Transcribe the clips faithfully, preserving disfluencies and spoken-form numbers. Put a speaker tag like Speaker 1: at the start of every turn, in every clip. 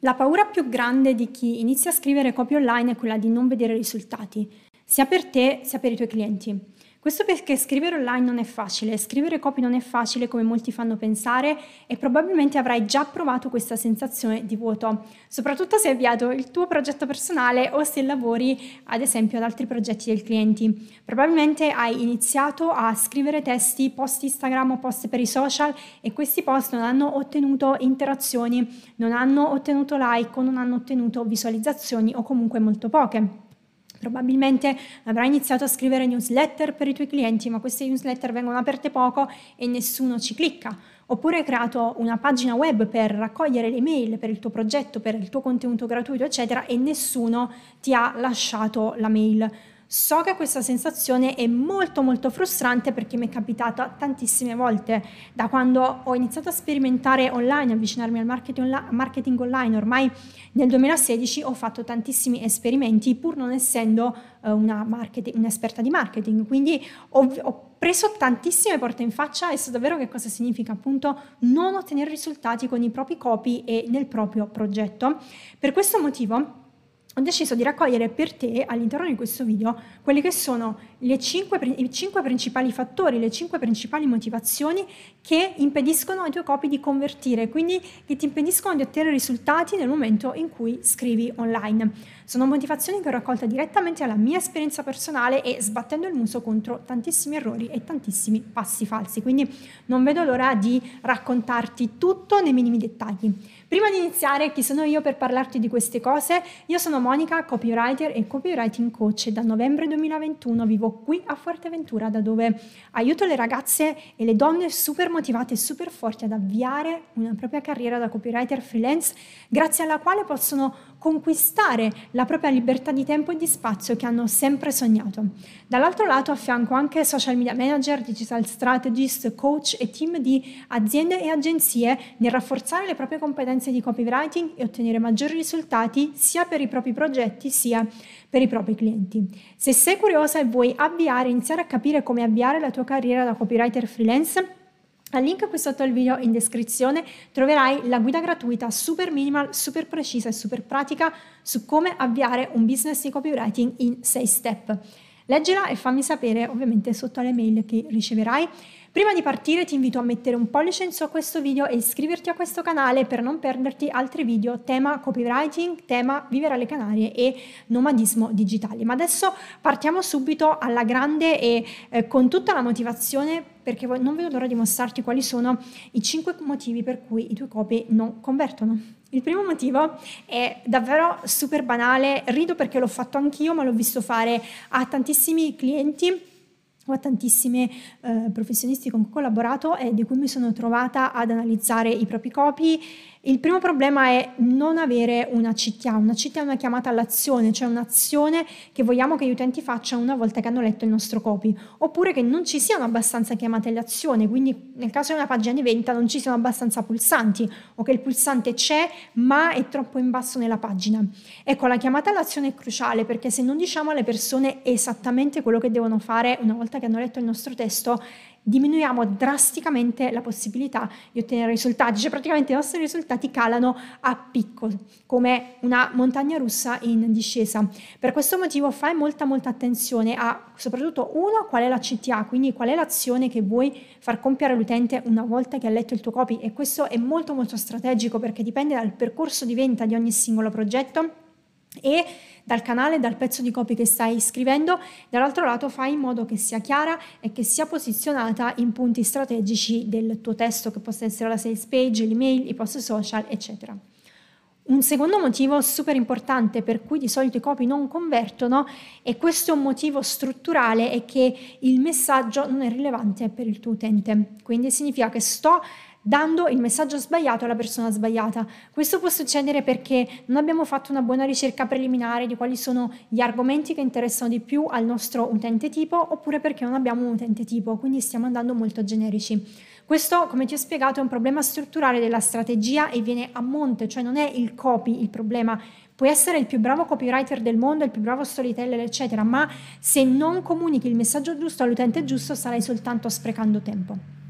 Speaker 1: La paura più grande di chi inizia a scrivere copy online è quella di non vedere risultati, sia per te sia per i tuoi clienti. Questo perché scrivere online non è facile, scrivere copy non è facile come molti fanno pensare e probabilmente avrai già provato questa sensazione di vuoto, soprattutto se hai avviato il tuo progetto personale o se lavori ad esempio ad altri progetti del cliente. Probabilmente hai iniziato a scrivere testi, post Instagram o post per i social e questi post non hanno ottenuto interazioni, non hanno ottenuto like o non hanno ottenuto visualizzazioni o comunque molto poche. Probabilmente avrai iniziato a scrivere newsletter per i tuoi clienti, ma queste newsletter vengono aperte poco e nessuno ci clicca. Oppure hai creato una pagina web per raccogliere le email per il tuo progetto, per il tuo contenuto gratuito, eccetera, e nessuno ti ha lasciato la mail. So che questa sensazione è molto molto frustrante perché mi è capitata tantissime volte. Da quando ho iniziato a sperimentare online, avvicinarmi al marketing, onla- marketing online, ormai nel duemilasedici ho fatto tantissimi esperimenti pur non essendo eh, una marketing, un'esperta di marketing, quindi ho, ho preso tantissime porte in faccia e so davvero che cosa significa appunto non ottenere risultati con i propri copy e nel proprio progetto. Per questo motivo ho deciso di raccogliere per te all'interno di questo video quelli che sono le cinque, i cinque principali fattori, le cinque principali motivazioni che impediscono ai tuoi copy di convertire, quindi che ti impediscono di ottenere risultati nel momento in cui scrivi online. Sono motivazioni che ho raccolto direttamente dalla mia esperienza personale e sbattendo il muso contro tantissimi errori e tantissimi passi falsi, quindi non vedo l'ora di raccontarti tutto nei minimi dettagli. Prima di iniziare, chi sono io per parlarti di queste cose? Io sono Monica, copywriter e copywriting coach e da novembre duemilaventuno vivo qui a Fuerteventura, da dove aiuto le ragazze e le donne super motivate e super forti ad avviare una propria carriera da copywriter freelance, grazie alla quale possono conquistare la propria libertà di tempo e di spazio che hanno sempre sognato. Dall'altro lato affianco anche social media manager, digital strategist, coach e team di aziende e agenzie nel rafforzare le proprie competenze di copywriting e ottenere maggiori risultati sia per i propri progetti sia per i propri clienti. Se sei curiosa e vuoi avviare, iniziare a capire come avviare la tua carriera da copywriter freelance, al link qui sotto il video in descrizione troverai la guida gratuita super minimal, super precisa e super pratica su come avviare un business di copywriting in sei step. Leggila e fammi sapere ovviamente sotto alle mail che riceverai. Prima di partire ti invito a mettere un pollice in su a questo video e iscriverti a questo canale per non perderti altri video tema copywriting, tema vivere alle Canarie e nomadismo digitale. Ma adesso partiamo subito alla grande e eh, con tutta la motivazione, perché non vedo l'ora di mostrarti quali sono i cinque motivi per cui i tuoi copy non convertono. Il primo motivo è davvero super banale, rido perché l'ho fatto anch'io, ma l'ho visto fare a tantissimi clienti o a tantissimi eh, professionisti con cui ho collaborato e di cui mi sono trovata ad analizzare i propri copy. Il primo problema è non avere una C T A. Una C T A è una chiamata all'azione, cioè un'azione che vogliamo che gli utenti facciano una volta che hanno letto il nostro copy, oppure che non ci siano abbastanza chiamate all'azione, quindi nel caso di una pagina di vendita non ci siano abbastanza pulsanti o che il pulsante c'è ma è troppo in basso nella pagina. Ecco, la chiamata all'azione è cruciale perché se non diciamo alle persone esattamente quello che devono fare una volta che hanno letto il nostro testo, diminuiamo drasticamente la possibilità di ottenere risultati, cioè praticamente i nostri risultati calano a picco, come una montagna russa in discesa. Per questo motivo fai molta molta attenzione a, soprattutto uno, qual è la C T A, quindi qual è l'azione che vuoi far compiere all'utente una volta che ha letto il tuo copy, e questo è molto molto strategico perché dipende dal percorso di vendita di ogni singolo progetto e dal canale, dal pezzo di copy che stai scrivendo. Dall'altro lato fai in modo che sia chiara e che sia posizionata in punti strategici del tuo testo, che possa essere la sales page, l'email, i post social, eccetera. Un secondo motivo super importante per cui di solito i copy non convertono, e questo è un motivo strutturale, è che il messaggio non è rilevante per il tuo utente. Quindi significa che sto dando il messaggio sbagliato alla persona sbagliata. Questo può succedere perché non abbiamo fatto una buona ricerca preliminare di quali sono gli argomenti che interessano di più al nostro utente tipo, oppure perché non abbiamo un utente tipo, quindi stiamo andando molto generici. Questo, come ti ho spiegato, è un problema strutturale della strategia e viene a monte, cioè non è il copy il problema. Puoi essere il più bravo copywriter del mondo, il più bravo storyteller, eccetera, ma se non comunichi il messaggio giusto all'utente giusto starai soltanto sprecando tempo.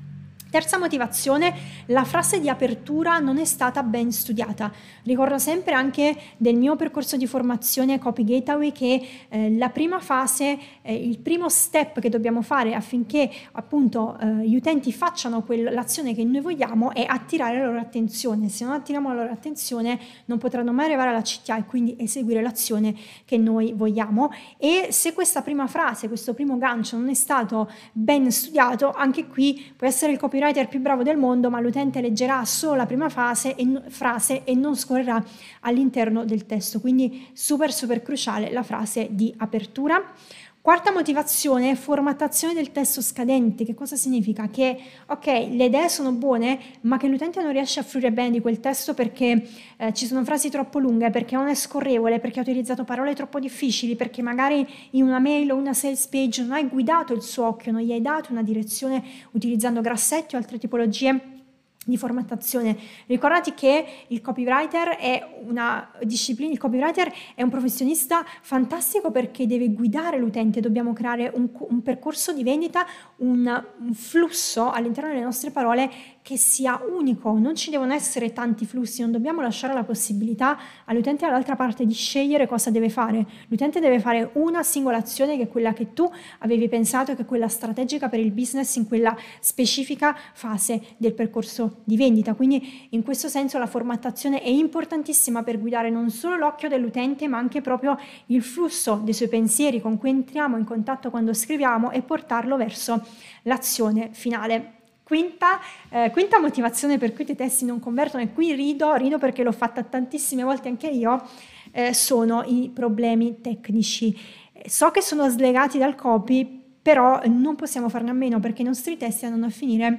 Speaker 1: Terza motivazione, la frase di apertura non è stata ben studiata. Ricordo sempre anche del mio percorso di formazione Copy Gateway che eh, la prima fase, eh, il primo step che dobbiamo fare affinché appunto eh, gli utenti facciano quell'azione che noi vogliamo è attirare la loro attenzione. Se non attiriamo la loro attenzione non potranno mai arrivare alla C T A e quindi eseguire l'azione che noi vogliamo. E se questa prima frase, questo primo gancio non è stato ben studiato, anche qui può essere il copywriter più bravo del mondo, ma l'utente leggerà solo la prima fase e, frase e non scorrerà all'interno del testo. Quindi super super cruciale la frase di apertura. Quarta motivazione, formattazione del testo scadente. Che cosa significa? Che ok, le idee sono buone, ma che l'utente non riesce a fruire bene di quel testo perché eh, ci sono frasi troppo lunghe, perché non è scorrevole, perché ha utilizzato parole troppo difficili, perché magari in una mail o una sales page non hai guidato il suo occhio, non gli hai dato una direzione utilizzando grassetti o altre tipologie di formattazione. Ricordati che il copywriter è una disciplina, il copywriter è un professionista fantastico perché deve guidare l'utente, dobbiamo creare un, un percorso di vendita, un, un flusso all'interno delle nostre parole che sia unico, non ci devono essere tanti flussi, non dobbiamo lasciare la possibilità all'utente dall'altra parte di scegliere cosa deve fare. L'utente deve fare una singola azione che è quella che tu avevi pensato, che è quella strategica per il business in quella specifica fase del percorso di vendita. Quindi in questo senso la formattazione è importantissima per guidare non solo l'occhio dell'utente ma anche proprio il flusso dei suoi pensieri con cui entriamo in contatto quando scriviamo e portarlo verso l'azione finale. Quinta, eh, quinta motivazione per cui i tuoi testi non convertono, e qui rido, rido perché l'ho fatta tantissime volte anche io, eh, sono i problemi tecnici. So che sono slegati dal copy, però non possiamo farne a meno perché i nostri testi andranno a finire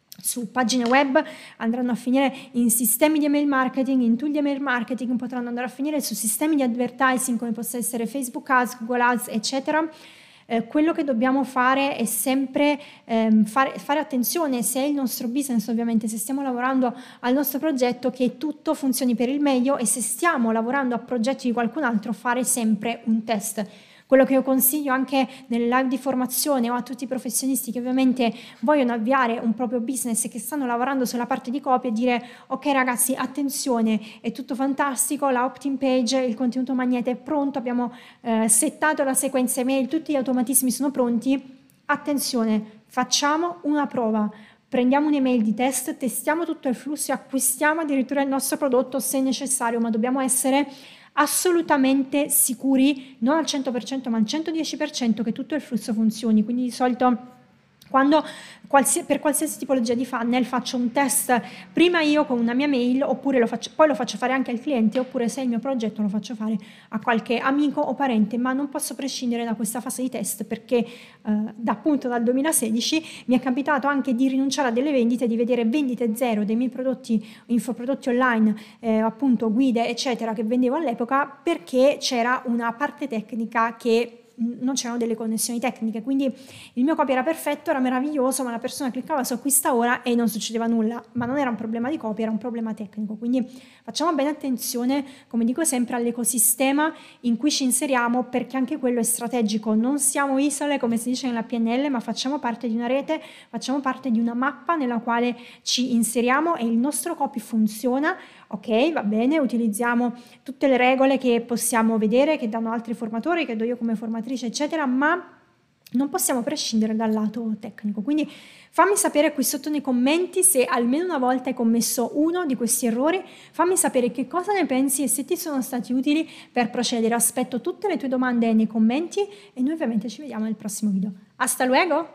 Speaker 1: su pagine web, andranno a finire in sistemi di email marketing, in tool di email marketing, potranno andare a finire su sistemi di advertising come possa essere Facebook Ads, Google Ads, eccetera. Eh, quello che dobbiamo fare è sempre ehm, fare, fare attenzione, se è il nostro business, ovviamente, se stiamo lavorando al nostro progetto, che tutto funzioni per il meglio, e se stiamo lavorando a progetti di qualcun altro, fare sempre un test. Quello che io consiglio anche nelle live di formazione o a tutti i professionisti che ovviamente vogliono avviare un proprio business e che stanno lavorando sulla parte di copia è dire: ok ragazzi, attenzione, è tutto fantastico, la opt-in page, il contenuto magnete è pronto, abbiamo eh, settato la sequenza email, tutti gli automatismi sono pronti, attenzione, facciamo una prova. Prendiamo un'email di test, testiamo tutto il flusso e acquistiamo addirittura il nostro prodotto se necessario, ma dobbiamo essere assolutamente sicuri, non al cento per cento ma al centodieci per cento, che tutto il flusso funzioni. Quindi di solito quando qualsiasi, per qualsiasi tipologia di funnel faccio un test prima io con una mia mail, oppure lo faccio, poi lo faccio fare anche al cliente, oppure se è il mio progetto lo faccio fare a qualche amico o parente, ma non posso prescindere da questa fase di test perché eh, da appunto dal duemilasedici mi è capitato anche di rinunciare a delle vendite, di vedere vendite zero dei miei prodotti, infoprodotti online, eh, appunto guide eccetera che vendevo all'epoca perché c'era una parte tecnica che non c'erano delle connessioni tecniche. Quindi il mio copy era perfetto, era meraviglioso, ma la persona cliccava su acquista ora e non succedeva nulla, ma non era un problema di copy, era un problema tecnico. Quindi facciamo bene attenzione, come dico sempre, all'ecosistema in cui ci inseriamo, perché anche quello è strategico. Non siamo isole come si dice nella P N L, ma facciamo parte di una rete, facciamo parte di una mappa nella quale ci inseriamo e il nostro copy funziona. Ok, va bene, utilizziamo tutte le regole che possiamo vedere, che danno altri formatori, che do io come formatrice, eccetera, ma non possiamo prescindere dal lato tecnico. Quindi fammi sapere qui sotto nei commenti se almeno una volta hai commesso uno di questi errori, fammi sapere che cosa ne pensi e se ti sono stati utili per procedere. Aspetto tutte le tue domande nei commenti e noi ovviamente ci vediamo nel prossimo video. Hasta luego!